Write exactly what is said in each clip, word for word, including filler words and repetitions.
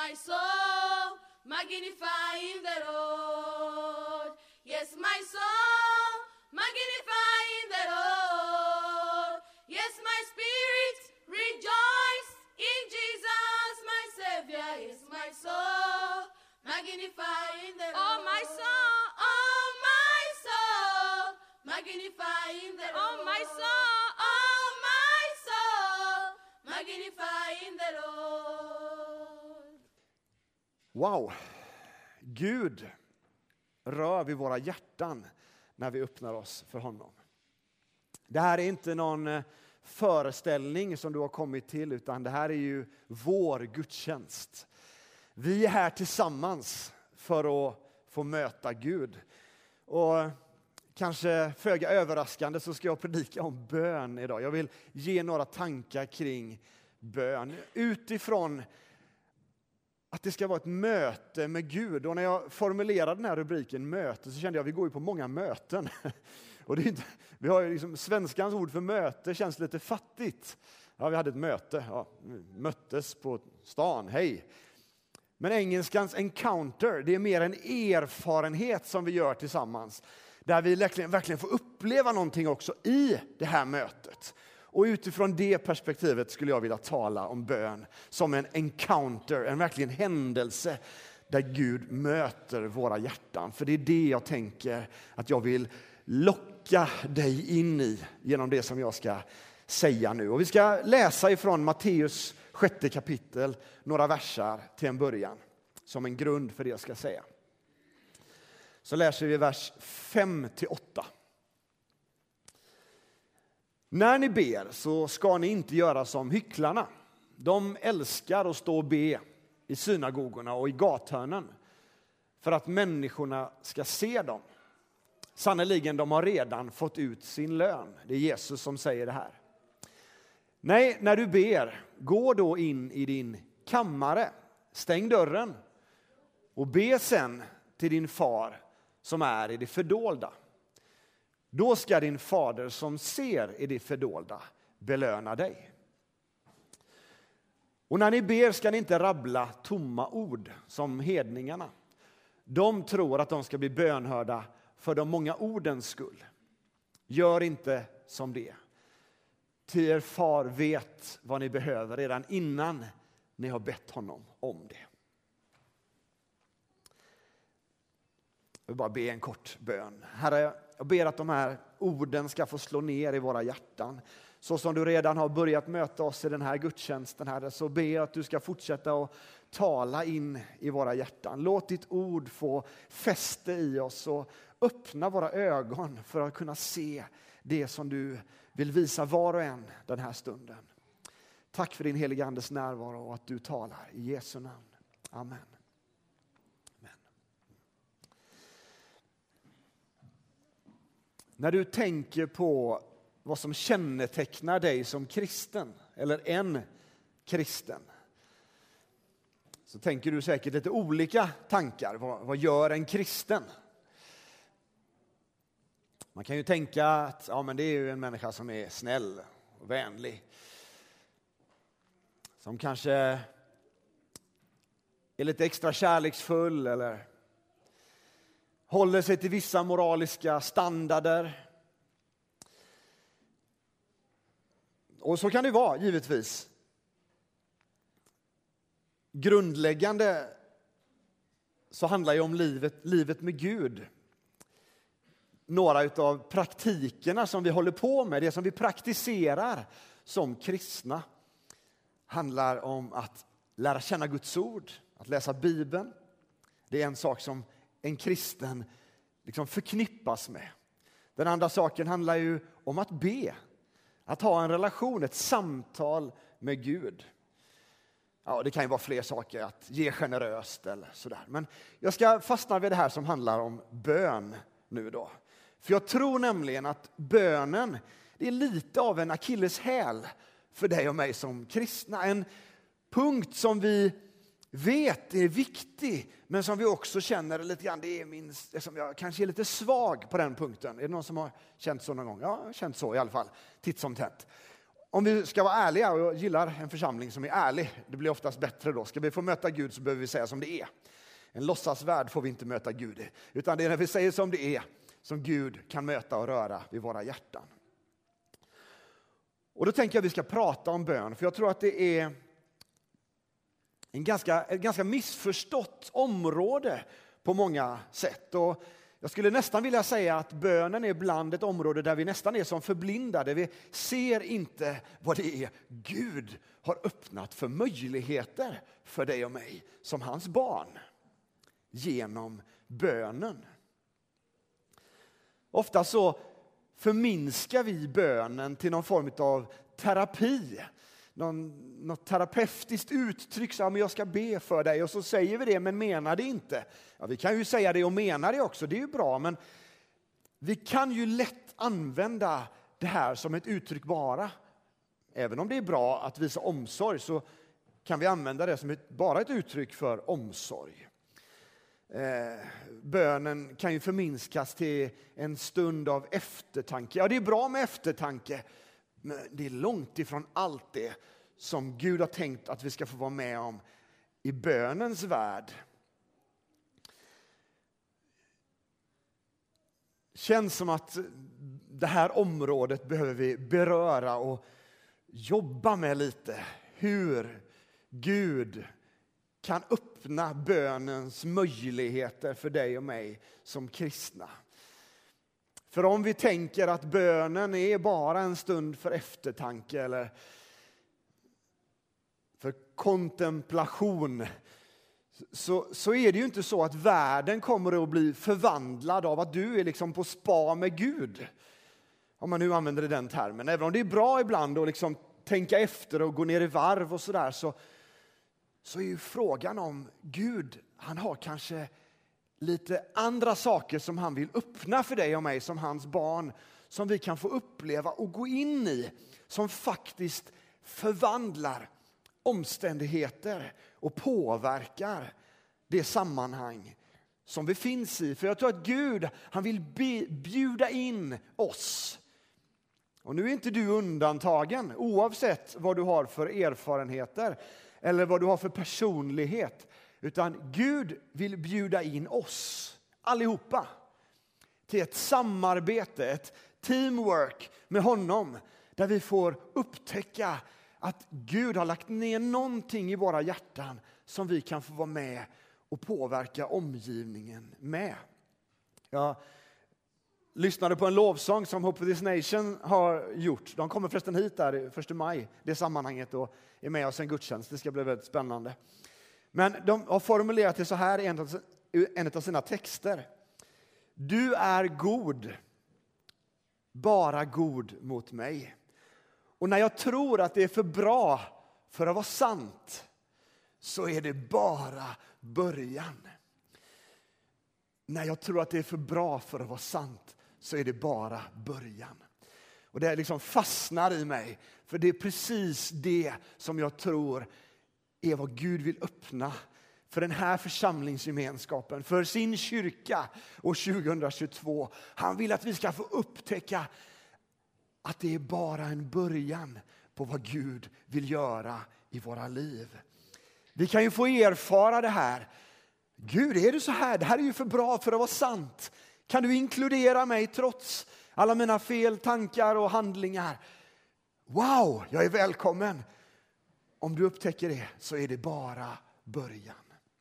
my soul, magnifying the Lord. Yes, my soul, magnifying the Lord. Yes, my spirit rejoice in Jesus, my Savior. Yes, my soul, magnifying the Lord. Oh, my soul, Oh, my soul, magnifying the Lord. oh, my soul, Oh, my soul, magnifying the Lord. Wow! Gud rör vid våra hjärtan när vi öppnar oss för honom. Det här är inte någon eh, föreställning som du har kommit till, utan det här är ju vår gudstjänst. Vi är här tillsammans för att få möta Gud. Och kanske föga överraskande så ska jag predika om bön idag. Jag vill ge några tankar kring bön utifrån att det ska vara ett möte med Gud. Och när jag formulerade den här rubriken möte så kände jag att vi går ju på många möten. Och det är inte, vi har ju liksom, svenskans ord för möte känns lite fattigt. Ja, vi hade ett möte. Ja, möttes på stan. Hej. Men engelskans encounter, det är mer en erfarenhet som vi gör tillsammans. Där vi verkligen, verkligen får uppleva någonting också i det här mötet. Och utifrån det perspektivet skulle jag vilja tala om bön som en encounter, en verkligen händelse där Gud möter våra hjärtan. För det är det jag tänker att jag vill locka dig in i genom det som jag ska säga nu. Och vi ska läsa ifrån Matteus sjätte kapitel, några versar till en början, som en grund för det jag ska säga. Så läser vi vers fem till åtta. När ni ber så ska ni inte göra som hycklarna. De älskar att stå och be i synagogorna och i gathörnen för att människorna ska se dem. Sannoliken, de har redan fått ut sin lön. Det är Jesus som säger det här. Nej, när du ber, gå då in i din kammare, stäng dörren och be sen till din far som är i det fördolda. Då ska din fader som ser i det fördolda belöna dig. Och när ni ber ska ni inte rabbla tomma ord som hedningarna. De tror att de ska bli bönhörda för de många ordens skull. Gör inte som det. Ty er far vet vad ni behöver redan innan ni har bett honom om det. Jag vill bara be en kort bön. Herre, jag ber att de här orden ska få slå ner i våra hjärtan. Så som du redan har börjat möta oss i den här gudstjänsten, Herre, så ber jag att du ska fortsätta att tala in i våra hjärtan. Låt ditt ord få fäste i oss och öppna våra ögon för att kunna se det som du vill visa var och en den här stunden. Tack för din heliga andes närvaro och att du talar i Jesu namn. Amen. Amen. När du tänker på vad som kännetecknar dig som kristen eller en kristen, så tänker du säkert lite olika tankar. Vad, vad gör en kristen? Man kan ju tänka att ja, men det är ju en människa som är snäll och vänlig. Som kanske är lite extra kärleksfull eller håller sig till vissa moraliska standarder. Och så kan det vara, givetvis. Grundläggande så handlar det om livet, livet med Gud. Några av praktikerna som vi håller på med, det som vi praktiserar som kristna, handlar om att lära känna Guds ord, att läsa Bibeln. Det är en sak som en kristen liksom förknippas med. Den andra saken handlar ju om att be. Att ha en relation, ett samtal med Gud. Ja, det kan ju vara fler saker, att ge generöst eller sådär. Men jag ska fastna vid det här som handlar om bön nu då. För jag tror nämligen att bönen, det är lite av en akilleshäl för dig och mig som kristna. En punkt som vi vet är viktig, men som vi också känner lite grann, det är min, som jag kanske är lite svag på den punkten. Är det någon som har känt så någon gång? Ja, jag har känt så i alla fall, titt som tätt. om vi ska vara ärliga, och jag gillar en församling som är ärlig, det blir oftast bättre då. Ska vi få möta Gud så behöver vi säga som det är. En låtsasvärld får vi inte möta Gud i, utan det är när vi säger som det är som Gud kan möta och röra vid våra hjärtan. Och då tänker jag att vi ska prata om bön, för jag tror att det är en ganska, ett ganska missförstått område på många sätt. Och jag skulle nästan vilja säga att bönen är bland ett område där vi nästan är som förblindade. Vi ser inte vad det är Gud har öppnat för möjligheter för dig och mig som hans barn genom bönen. Ofta så förminskar vi bönen till någon form av terapi. Någon, något terapeutiskt uttryck, så att jag ska be för dig, och så säger vi det men menar det inte. Ja, vi kan ju säga det och mena det också, det är ju bra, men vi kan ju lätt använda det här som ett uttryck bara. Även om det är bra att visa omsorg så kan vi använda det som ett, bara ett uttryck för omsorg. Eh, bönen kan ju förminskas till en stund av eftertanke. Ja, det är bra med eftertanke, men det är långt ifrån allt det som Gud har tänkt att vi ska få vara med om i bönens värld. Känns som att det här området behöver vi beröra och jobba med lite. Hur Gud kan öppna bönens möjligheter för dig och mig som kristna. För om vi tänker att bönen är bara en stund för eftertanke eller för kontemplation, så, så är det ju inte så att världen kommer att bli förvandlad av att du är liksom på spa med Gud. Om man nu använder den termen. Även om det är bra ibland att liksom tänka efter och gå ner i varv och sådär, så, så är ju frågan om Gud, han har kanske lite andra saker som han vill öppna för dig och mig som hans barn, som vi kan få uppleva och gå in i, som faktiskt förvandlar omständigheter och påverkar det sammanhang som vi finns i. För jag tror att Gud, han vill be, bjuda in oss. Och nu är inte du undantagen, oavsett vad du har för erfarenheter eller vad du har för personlighet. Utan Gud vill bjuda in oss allihopa till ett samarbete, ett teamwork med honom. Där vi får upptäcka att Gud har lagt ner någonting i våra hjärtan som vi kan få vara med och påverka omgivningen med. Jag lyssnade på en lovsång som Hope for this Nation har gjort. De kommer förresten hit där första maj, det sammanhanget, och är med oss en gudstjänst. Det ska bli väldigt spännande. Men de har formulerat det så här i en av, en av sina texter. Du är god, bara god mot mig. Och när jag tror att det är för bra för att vara sant, så är det bara början. När jag tror att det är för bra för att vara sant, så är det bara början. Och det liksom fastnar i mig, för det är precis det som jag tror är vad Gud vill öppna för den här församlingsgemenskapen, för sin kyrka år tjugohundratjugotvå. Han vill att vi ska få upptäcka att det är bara en början på vad Gud vill göra i våra liv. Vi kan ju få erfara det här. Gud, är du så här? Det här är ju för bra för att vara sant. Kan du inkludera mig trots alla mina fel, tankar och handlingar? Wow, jag är välkommen. Om du upptäcker det, så är det bara början.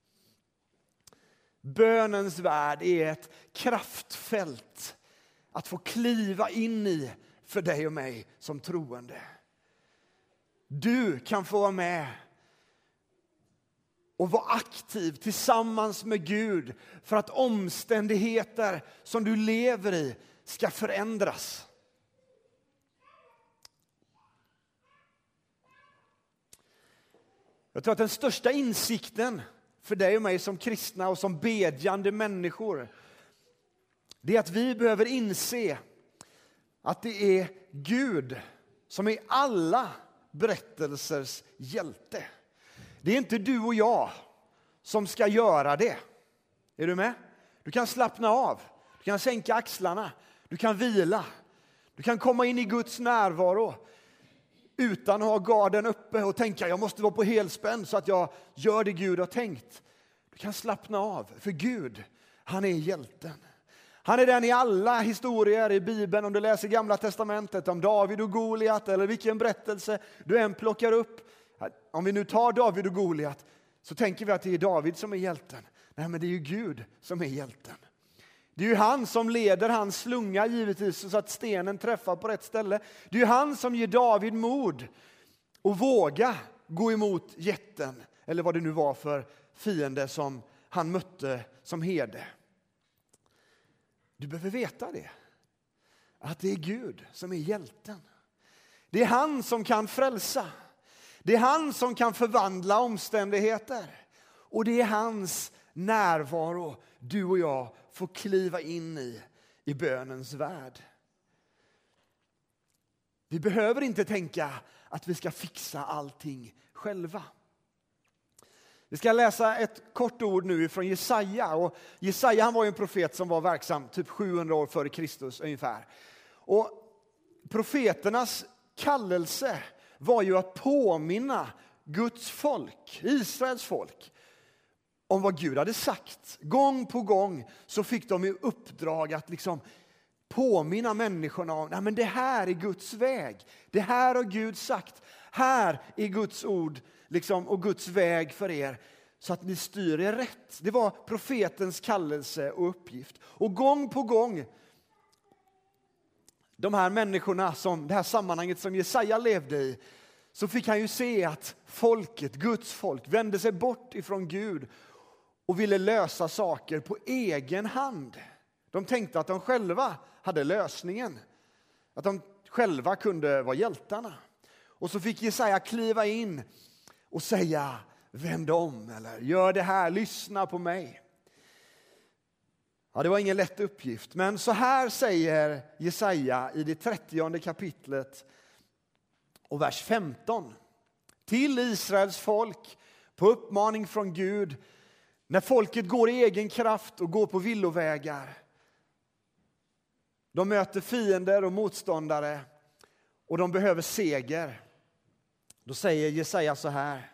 Bönens värld är ett kraftfält att få kliva in i för dig och mig som troende. Du kan få vara med och vara aktiv tillsammans med Gud för att omständigheter som du lever i ska förändras. Jag tror att den största insikten för dig och mig som kristna och som bedjande människor, det är att vi behöver inse att det är Gud som är alla berättelsers hjälte. Det är inte du och jag som ska göra det. Är du med? Du kan slappna av. Du kan sänka axlarna. Du kan vila. Du kan komma in i Guds närvaro. utan att ha garden uppe och tänka jag måste vara på helspänn så att jag gör det Gud har tänkt. Du kan slappna av, för Gud, han är hjälten. Han är den i alla historier i Bibeln, om du läser Gamla testamentet om David och Goliat eller vilken berättelse du än plockar upp. Om vi nu tar David och Goliat så tänker vi att det är David som är hjälten. Nej, men det är ju Gud som är hjälten. Det är ju han som leder hans slunga givetvis så att stenen träffar på rätt ställe. Det är ju han som ger David mod och våga gå emot jätten eller vad det nu var för fiende som han mötte som herde. Du behöver veta det. Att det är Gud som är hjälten. Det är han som kan frälsa. Det är han som kan förvandla omständigheter. Och det är hans närvaro du och jag får kliva in i, i bönens värld. Vi behöver inte tänka att vi ska fixa allting själva. Vi ska läsa ett kort ord nu från Jesaja. Och Jesaja, han var ju en profet som var verksam typ sjuhundra år före Kristus ungefär. Och profeternas kallelse var ju att påminna Guds folk, Israels folk, om vad Gud hade sagt. Gång på gång så fick de i uppdrag att liksom påminna människorna om nej, men det här är Guds väg. Det här har Gud sagt. Här är Guds ord liksom, och Guds väg för er så att ni styr er rätt. Det var profetens kallelse och uppgift. Och gång på gång de här människorna, som det här sammanhanget som Jesaja levde i, så fick han ju se att folket, Guds folk, vände sig bort ifrån Gud och ville lösa saker på egen hand. De tänkte att de själva hade lösningen. Att de själva kunde vara hjältarna. Och så fick Jesaja kliva in och säga vänd om eller gör det här, lyssna på mig. Ja, det var ingen lätt uppgift. Men så här säger Jesaja i det trettionde kapitlet och vers femton. Till Israels folk på uppmaning från Gud, när folket går i egen kraft och går på villovägar. De möter fiender och motståndare och de behöver seger. Då säger Jesaja så här.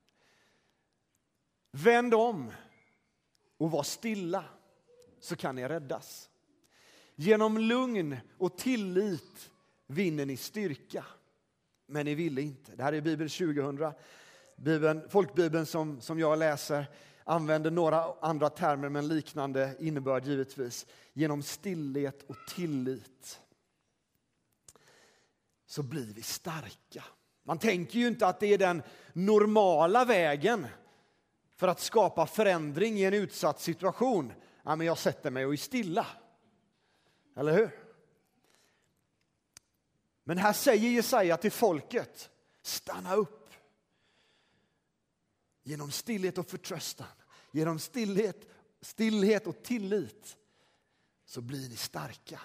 Vänd om och var stilla så kan ni räddas. Genom lugn och tillit vinner ni styrka. Men ni ville inte. Det här är Bibel tjugohundra. Bibeln, folkbibeln som, som jag läser använder några andra termer men liknande innebörd givetvis. Genom stillhet och tillit så blir vi starka. Man tänker ju inte att det är den normala vägen för att skapa förändring i en utsatt situation. Ja, men jag sätter mig och är stilla. Eller hur? Men här säger Jesaja till folket, stanna upp. Genom stillhet och förtröstan, genom stillhet, stillhet och tillit så blir ni starka.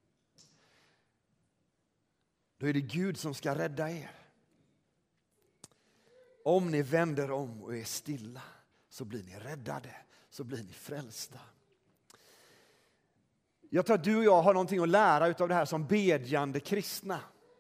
Då är det Gud som ska rädda er. Om ni vänder om och är stilla så blir ni räddade, så blir ni frälsta. Jag tror att du och jag har någonting att lära av det här som bedjande kristna.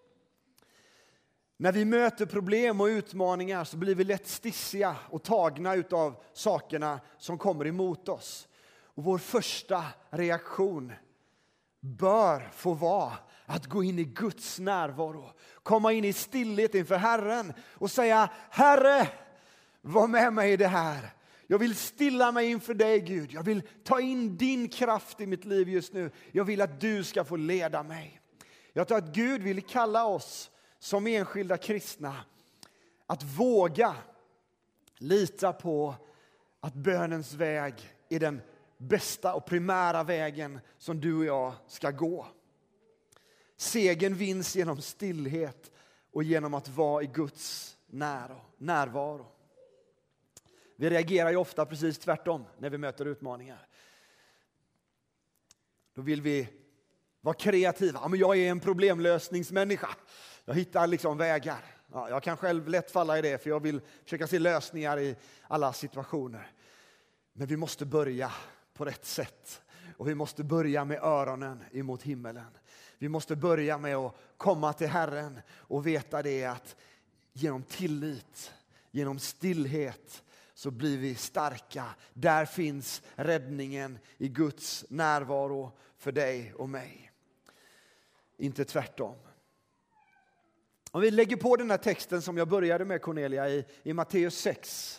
När vi möter problem och utmaningar så blir vi lätt stissiga och tagna av sakerna som kommer emot oss. Och vår första reaktion bör få vara att gå in i Guds närvaro. Komma in i stillhet inför Herren och säga, Herre, var med mig i det här. Jag vill stilla mig inför dig, Gud. Jag vill ta in din kraft i mitt liv just nu. Jag vill att du ska få leda mig. Jag tror att Gud vill kalla oss som enskilda kristna att våga lita på att bönens väg är den bästa och primära vägen som du och jag ska gå. Segern vinns genom stillhet och genom att vara i Guds närvaro. Vi reagerar ju ofta precis tvärtom när vi möter utmaningar. Då vill vi vara kreativa. Ja, men jag är en problemlösningsmänniska. Jag hittar liksom vägar. Ja, jag kan själv lätt falla i det för jag vill försöka se lösningar i alla situationer. Men vi måste börja på rätt sätt. och vi måste börja med öronen emot himmelen. Vi måste börja med att komma till Herren och veta det att genom tillit, genom stillhet så blir vi starka. Där finns räddningen i Guds närvaro för dig och mig. Inte tvärtom. Om vi lägger på den här texten som jag började med, Cornelia, i, i Matteus sex.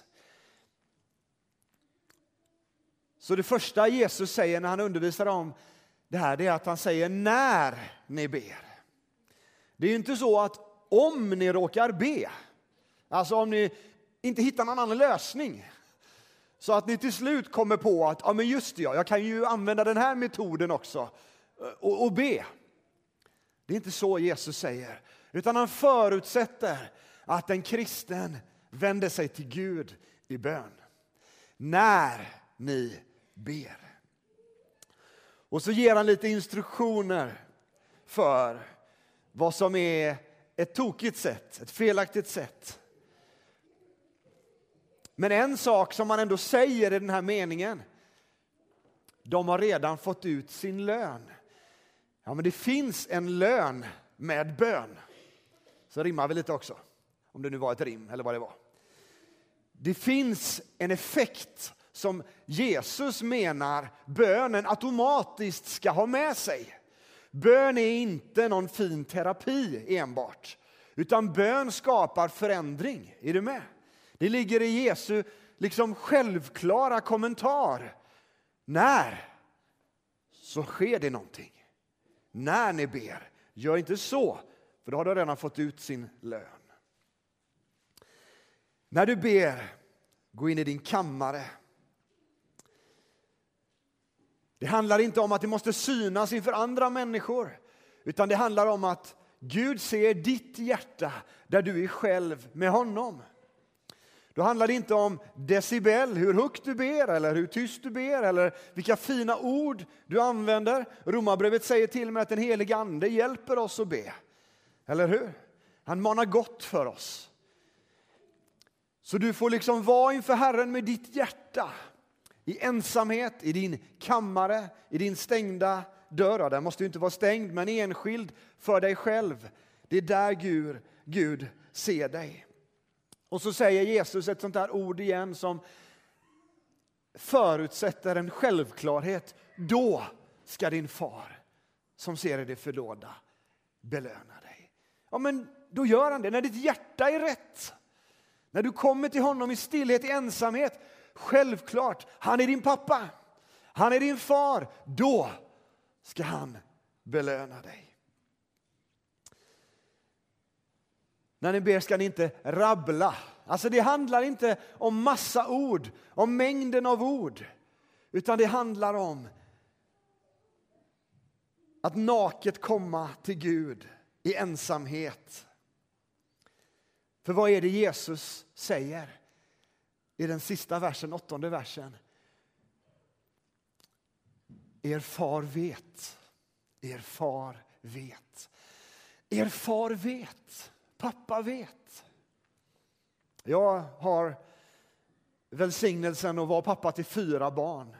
Så det första Jesus säger när han undervisar om det här, det är att han säger när ni ber. Det är ju inte så att om ni råkar be, alltså om ni inte hittar någon annan lösning, så att ni till slut kommer på att ja, men just det, ja, jag kan ju använda den här metoden också och, och be. Det är inte så Jesus säger, utan han förutsätter att en kristen vänder sig till Gud i bön. När ni ber. Och så ger han lite instruktioner för vad som är ett tokigt sätt, ett felaktigt sätt. Men en sak som man ändå säger i den här meningen, de har redan fått ut sin lön. Ja, men det finns en lön med bön. Så rimmar vi lite också, om det nu var ett rim eller vad det var. Det finns en effekt som Jesus menar bönen automatiskt ska ha med sig. Bön är inte någon fin terapi enbart, utan bön skapar förändring. Är du med? Det ligger i Jesu liksom självklara kommentar. När så sker det någonting. När ni ber, gör inte så, för då har du redan fått ut sin lön. När du ber, gå in i din kammare. Det handlar inte om att det måste synas inför andra människor, utan det handlar om att Gud ser ditt hjärta där du är själv med honom. Då handlar det inte om decibel, hur högt du ber eller hur tyst du ber eller vilka fina ord du använder. Romarbrevet säger till mig att den helige ande hjälper oss att be. Eller hur? Han manar gott för oss. Så du får liksom vara inför Herren med ditt hjärta. I ensamhet, i din kammare, i din stängda dörr. Den måste ju inte vara stängd, men enskild för dig själv. Det är där Gud, Gud ser dig. Och så säger Jesus ett sånt här ord igen som förutsätter en självklarhet. Då ska din far som ser i det förlåda belöna dig. Ja, men då gör han det. När ditt hjärta är rätt. När du kommer till honom i stillhet, i ensamhet. Självklart, han är din pappa. Han är din far. Då ska han belöna dig. När ni ber ska ni inte rabbla. Alltså det handlar inte om massa ord, om mängden av ord. Utan det handlar om att naket komma till Gud i ensamhet. För vad är det Jesus säger i den sista versen, åttonde versen? Er far vet, er far vet, er far vet. Pappa vet. Jag har välsignelsen att vara pappa till fyra barn.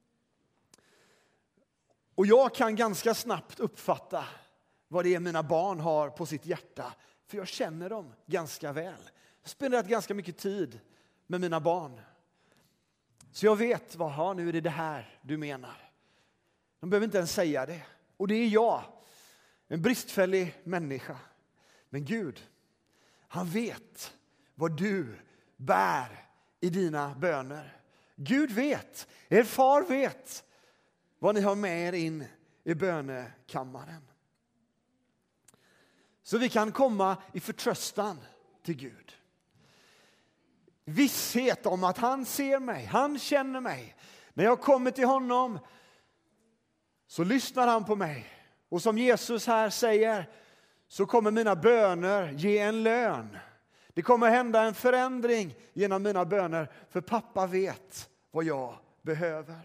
Och jag kan ganska snabbt uppfatta vad det är mina barn har på sitt hjärta. För jag känner dem ganska väl. Jag har spenderat ganska mycket tid med mina barn. Så jag vet, vad har nu är det det här du menar. De behöver inte ens säga det. Och det är jag, en bristfällig människa. Men Gud, han vet vad du bär i dina böner. Gud vet, er far vet vad ni har med er in i bönekammaren. Så vi kan komma i förtröstan till Gud. Visshet om att han ser mig, han känner mig. När jag kommer till honom så lyssnar han på mig. Och som Jesus här säger, så kommer mina böner ge en lön. Det kommer hända en förändring genom mina böner. För pappa vet vad jag behöver.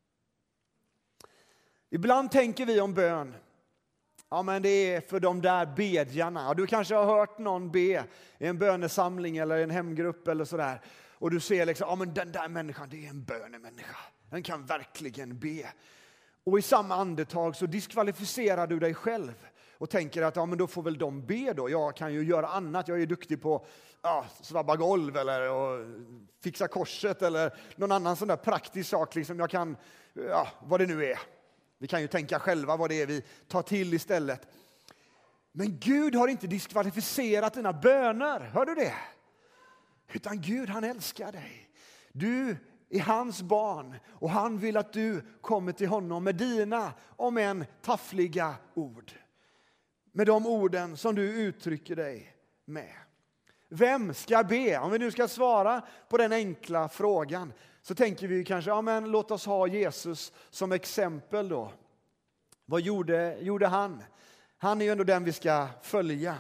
Ibland tänker vi om bön. Ja, men det är för de där bedjarna. Ja, du kanske har hört någon be i en bönesamling eller en hemgrupp eller sådär. Och du ser liksom, ja men den där människan, det är en bönemänniska. Den kan verkligen be. Och i samma andetag så diskvalificerar du dig själv och tänker att ja, men då får väl de be då. Jag kan ju göra annat. Jag är duktig på ja, svabba golv eller och fixa korset eller någon annan sån där praktisk sak. Liksom jag kan, ja, vad det nu är. Vi kan ju tänka själva vad det är vi tar till istället. Men Gud har inte diskvalificerat dina böner. Hör du det? Utan Gud, han älskar dig. Du är hans barn och han vill att du kommer till honom med dina, om än taffliga ord. Med de orden som du uttrycker dig med. Vem ska be? Om vi nu ska svara på den enkla frågan så tänker vi kanske, ja men låt oss ha Jesus som exempel då. Vad gjorde, gjorde han? Han är ju ändå den vi ska följa.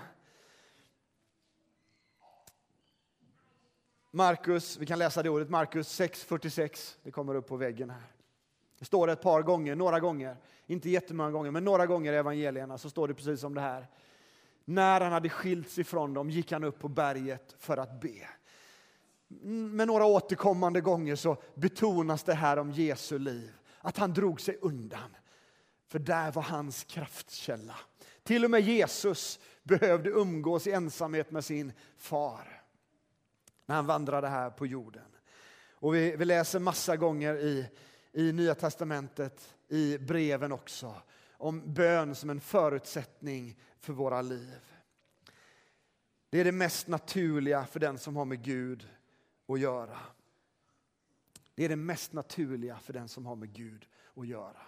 Markus, vi kan läsa det ordet, Markus sex fyrtiosex, det kommer upp på väggen här. Det står ett par gånger, några gånger, inte jättemånga gånger, men några gånger i evangelierna så står det precis som det här. När han hade skilts ifrån dem gick han upp på berget för att be. Med några återkommande gånger så betonas det här om Jesu liv. Att han drog sig undan. För där var hans kraftkälla. Till och med Jesus behövde umgås i ensamhet med sin far. När han vandrade här på jorden. Och vi, vi läser massa gånger i, i Nya testamentet, i breven också. Om bön som en förutsättning för våra liv. Det är det mest naturliga för den som har med Gud att göra. Det är det mest naturliga för den som har med Gud att göra.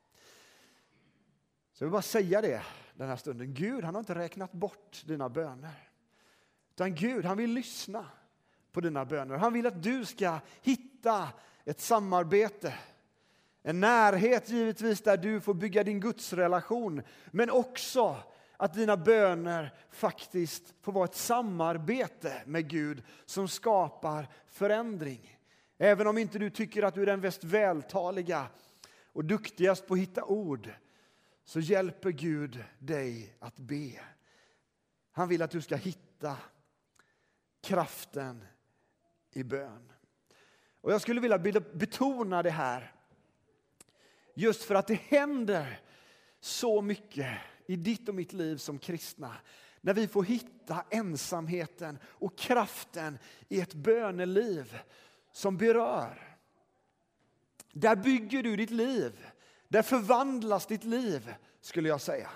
Så jag vill bara säga det den här stunden. Gud, han har inte räknat bort dina böner. Utan Gud, han vill lyssna på dina böner. Han vill att du ska hitta ett samarbete. En närhet givetvis där du får bygga din gudsrelation. Men också att dina böner faktiskt får vara ett samarbete med Gud som skapar förändring. Även om inte du tycker att du är den mest vältaliga och duktigast på att hitta ord, så hjälper Gud dig att be. Han vill att du ska hitta kraften i bön. Och jag skulle vilja betona det här. Just för att det händer så mycket i ditt och mitt liv som kristna. När vi får hitta ensamheten och kraften i ett böneliv som berör. Där bygger du ditt liv. Där förvandlas ditt liv, skulle jag säga.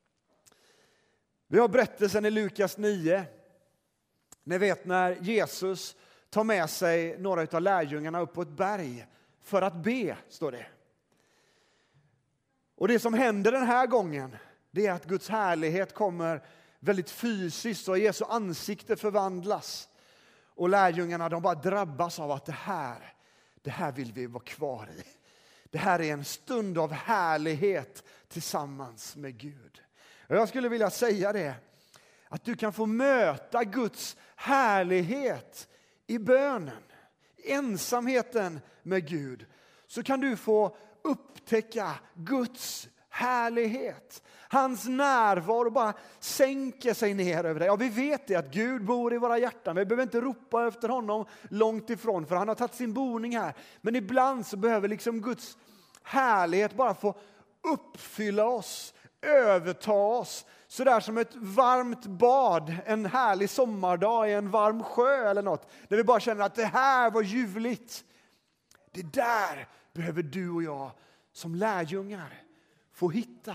Vi har berättelsen i Lukas nio. Ni vet när Jesus tar med sig några av lärjungarna upp på ett berg för att be, står det. Och det som händer den här gången, det är att Guds härlighet kommer väldigt fysiskt och Jesu ansikte förvandlas. Och lärjungarna, de bara drabbas av att det här, det här vill vi vara kvar i. Det här är en stund av härlighet tillsammans med Gud. Och jag skulle vilja säga det, att du kan få möta Guds härlighet i bönen, i ensamheten med Gud. Så kan du få upptäcka Guds härlighet. Hans närvaro bara sänker sig ner över dig. Ja, vi vet det att Gud bor i våra hjärtan. Vi behöver inte ropa efter honom långt ifrån, för han har tagit sin boning här. Men ibland så behöver liksom Guds härlighet bara få uppfylla oss, överta oss. Så där som ett varmt bad, en härlig sommardag i en varm sjö eller något. Där vi bara känner att det här var ljuvligt. Det där behöver du och jag som lärjungar få hitta.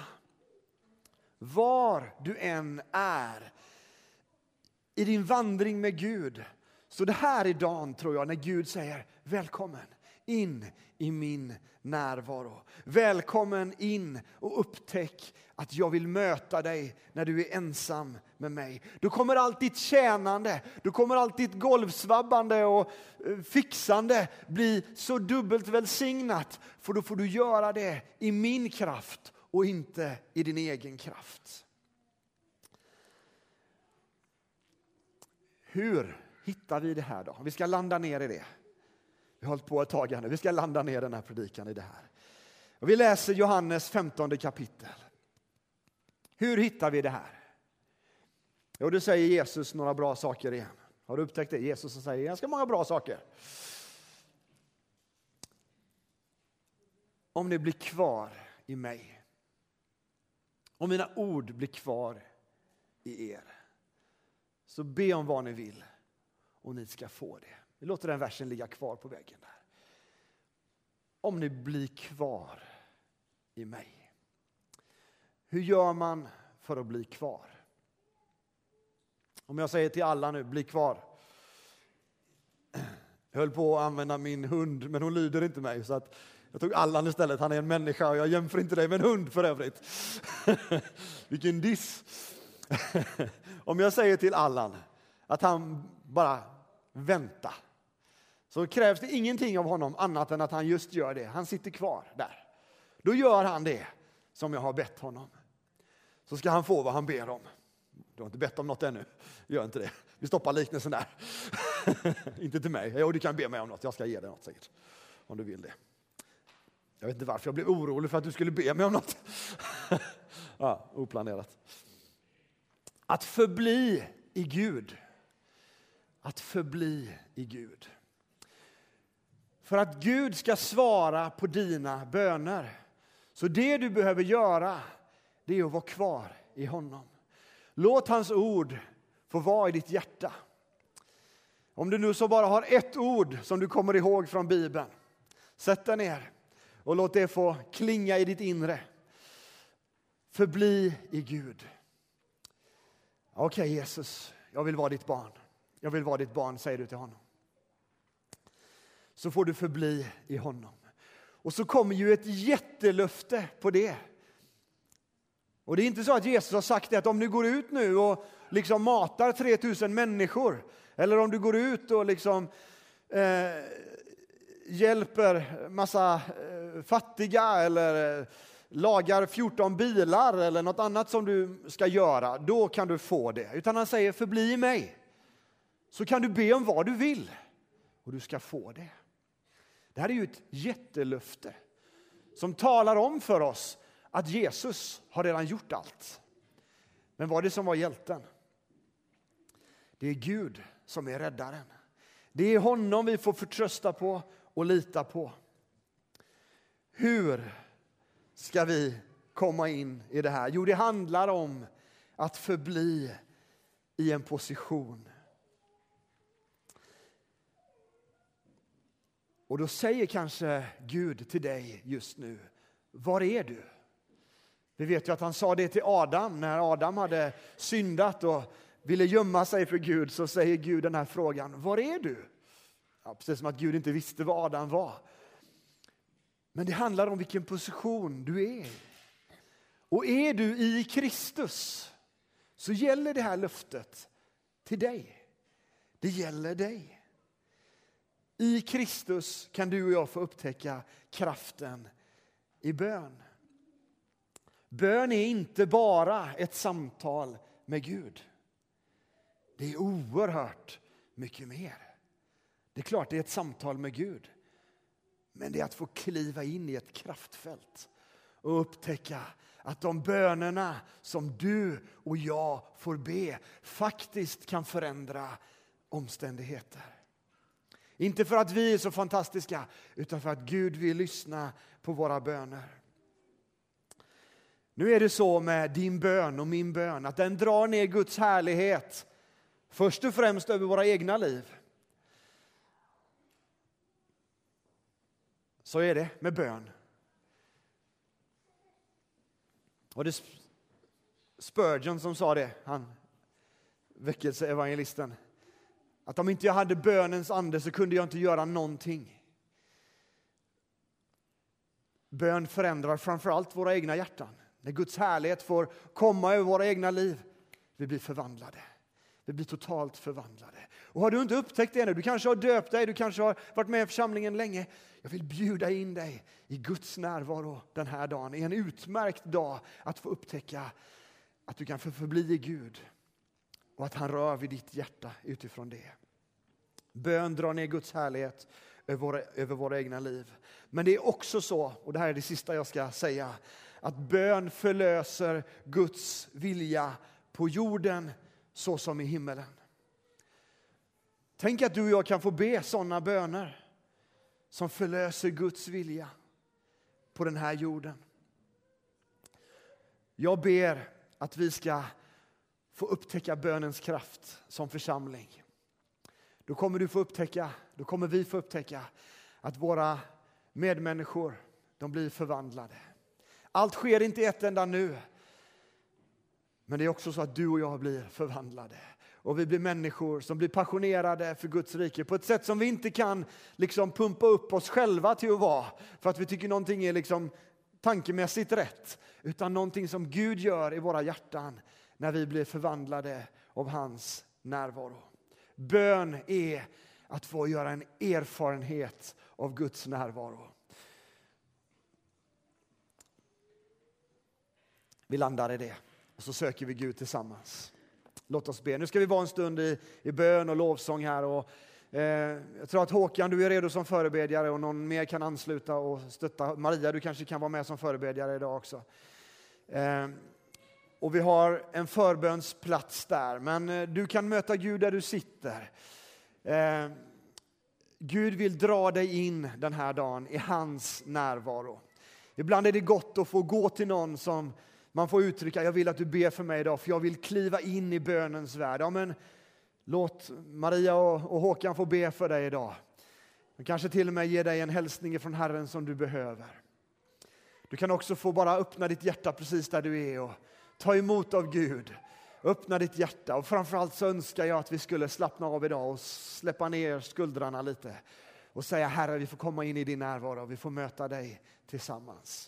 Var du än är i din vandring med Gud. Så det här är dagen, tror jag, när Gud säger välkommen in i min närvaro. Välkommen in och upptäck att jag vill möta dig när du är ensam med mig. Då kommer allt ditt tjänande, då kommer allt ditt golvsvabbande och fixande bli så dubbelt välsignat. För då får du göra det i min kraft och inte i din egen kraft. Hur hittar vi det här då? Vi ska landa ner i det. Vi har hållit på ett tag här nu. Vi ska landa ner den här predikan i det här. Och vi läser Johannes femtonde kapitel. Hur hittar vi det här? Jo, då säger Jesus några bra saker igen. Har du upptäckt det? Jesus säger ganska många bra saker. Om ni blir kvar i mig och mina ord blir kvar i er, så be om vad ni vill och ni ska få det. Vi låter den versen ligga kvar på väggen där. Om ni blir kvar i mig. Hur gör man för att bli kvar? Om jag säger till alla nu, bli kvar. Jag höll på att använda min hund, men hon lyder inte mig. Så att jag tog Allan istället. Han är en människa och jag jämför inte dig med en hund för övrigt. Vilken diss. Om jag säger till Allan att han bara vänta, så krävs det ingenting av honom annat än att han just gör det. Han sitter kvar där. Då gör han det som jag har bett honom. Så ska han få vad han ber om. Du har inte bett om något ännu. Gör inte det. Vi stoppar liknelsen där. Inte till mig. Jo, du kan be mig om något. Jag ska ge dig något säkert. Om du vill det. Jag vet inte varför jag blev orolig för att du skulle be mig om något. Ja, oplanerat. Att förbli i Gud. Att förbli i Gud. För att Gud ska svara på dina böner. Så det du behöver göra, det är att vara kvar i honom. Låt hans ord få vara i ditt hjärta. Om du nu så bara har ett ord som du kommer ihåg från Bibeln. Sätt dig ner och låt det få klinga i ditt inre. Förbli i Gud. Okej, okay, Jesus, jag vill vara ditt barn. Jag vill vara ditt barn, säger du till honom. Så får du förbli i honom. Och så kommer ju ett jättelöfte på det. Och det är inte så att Jesus har sagt det att om du går ut nu och liksom matar tre tusen människor. Eller om du går ut och liksom eh, hjälper massa eh, fattiga eller eh, lagar fjorton bilar eller något annat som du ska göra. Då kan du få det. Utan han säger förbli i mig. Så kan du be om vad du vill. Och du ska få det. Det här är ju ett jättelöfte som talar om för oss att Jesus har redan gjort allt. Men vad är det som var hjälten? Det är Gud som är räddaren. Det är honom vi får förtrösta på och lita på. Hur ska vi komma in i det här? Jo, det handlar om att förbli i en position. Och då säger kanske Gud till dig just nu, var är du? Vi vet ju att han sa det till Adam när Adam hade syndat och ville gömma sig för Gud, så säger Gud den här frågan, var är du? Ja, precis som att Gud inte visste vad Adam var. Men det handlar om vilken position du är i. Och är du i Kristus så gäller det här löftet till dig. Det gäller dig. I Kristus kan du och jag få upptäcka kraften i bön. Bön är inte bara ett samtal med Gud. Det är oerhört mycket mer. Det är klart det är ett samtal med Gud. Men det är att få kliva in i ett kraftfält och upptäcka att de bönerna som du och jag får be faktiskt kan förändra omständigheter. Inte för att vi är så fantastiska, utan för att Gud vill lyssna på våra böner. Nu är det så med din bön och min bön att den drar ner Guds härlighet först och främst över våra egna liv. Så är det med bön. Och det är Spurgeon som sa det, han väckelseevangelisten, att om inte jag hade bönens ande så kunde jag inte göra någonting. Bön förändrar framförallt våra egna hjärtan. När Guds härlighet får komma över våra egna liv, vi blir förvandlade. Vi blir totalt förvandlade. Och har du inte upptäckt det ännu, du kanske har döpt dig, du kanske har varit med i församlingen länge. Jag vill bjuda in dig i Guds närvaro den här dagen. Det är en utmärkt dag att få upptäcka att du kan förbli i Gud. Och att han rör vid ditt hjärta utifrån det. Bön drar ner Guds härlighet över våra, över våra egna liv. Men det är också så, och det här är det sista jag ska säga, att bön förlöser Guds vilja på jorden så som i himmelen. Tänk att du och jag kan få be sådana böner som förlöser Guds vilja på den här jorden. Jag ber att vi ska få upptäcka bönens kraft som församling. Då kommer du få upptäcka, då kommer vi få upptäcka att våra medmänniskor, de blir förvandlade. Allt sker inte i ett enda nu. Men det är också så att du och jag blir förvandlade. Och vi blir människor som blir passionerade för Guds rike på ett sätt som vi inte kan liksom pumpa upp oss själva till att vara. För att vi tycker någonting är liksom tankemässigt rätt. Utan någonting som Gud gör i våra hjärtan när vi blir förvandlade av hans närvaro. Bön är att få göra en erfarenhet av Guds närvaro. Vi landar i det och så söker vi Gud tillsammans. Låt oss be. Nu ska vi vara en stund i, i bön och lovsång här. Och, eh, jag tror att Håkan, du är redo som förebedjare och någon mer kan ansluta och stötta. Maria, du kanske kan vara med som förebedjare idag också. Eh, och vi har en förbönsplats där. Men eh, du kan möta Gud där du sitter. Eh, Gud vill dra dig in den här dagen i hans närvaro. Ibland är det gott att få gå till någon som man får uttrycka, jag vill att du ber för mig idag, för jag vill kliva in i bönens värld. Ja, men låt Maria och, och Håkan få be för dig idag. De kanske till och med ger dig en hälsning från Herren som du behöver. Du kan också få bara öppna ditt hjärta precis där du är och ta emot av Gud. Öppna ditt hjärta, och framförallt så önskar jag att vi skulle slappna av idag och släppa ner skuldrarna lite. Och säga, Herre, vi får komma in i din närvaro och vi får möta dig tillsammans.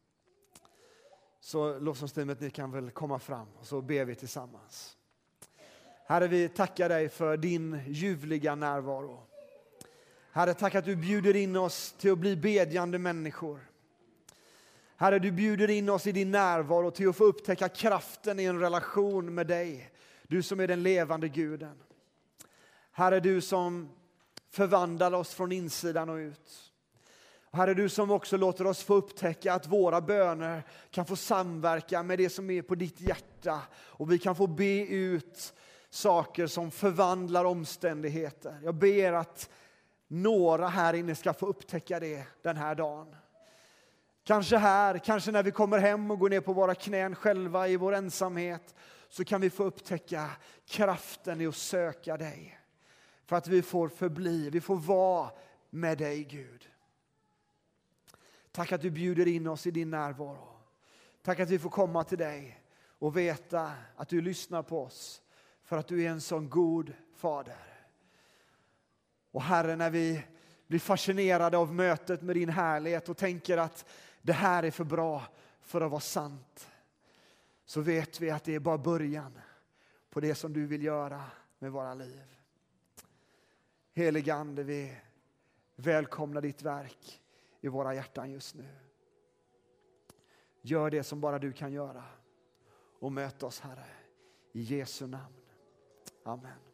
Så lovsångsteamet, ni kan väl komma fram och så ber vi tillsammans. Herre, vi tackar dig för din ljuvliga närvaro. Herre, tack att du bjuder in oss till att bli bedjande människor. Herre, du bjuder in oss i din närvaro till att få upptäcka kraften i en relation med dig. Du som är den levande Guden. Herre, du som förvandlar oss från insidan och ut. Herre, du som också låter oss få upptäcka att våra böner kan få samverka med det som är på ditt hjärta. Och vi kan få be ut saker som förvandlar omständigheter. Jag ber att några här inne ska få upptäcka det den här dagen. Kanske här, kanske när vi kommer hem och går ner på våra knän själva i vår ensamhet. Så kan vi få upptäcka kraften i att söka dig. För att vi får förbli, vi får vara med dig, Gud. Tack att du bjuder in oss i din närvaro. Tack att vi får komma till dig och veta att du lyssnar på oss. För att du är en sån god fader. Och Herre, när vi blir fascinerade av mötet med din härlighet och tänker att det här är för bra för att vara sant. Så vet vi att det är bara början på det som du vill göra med våra liv. Helige Ande, vi välkomnar ditt verk i våra hjärtan just nu. Gör det som bara du kan göra. Och möt oss, Herre. I Jesu namn. Amen.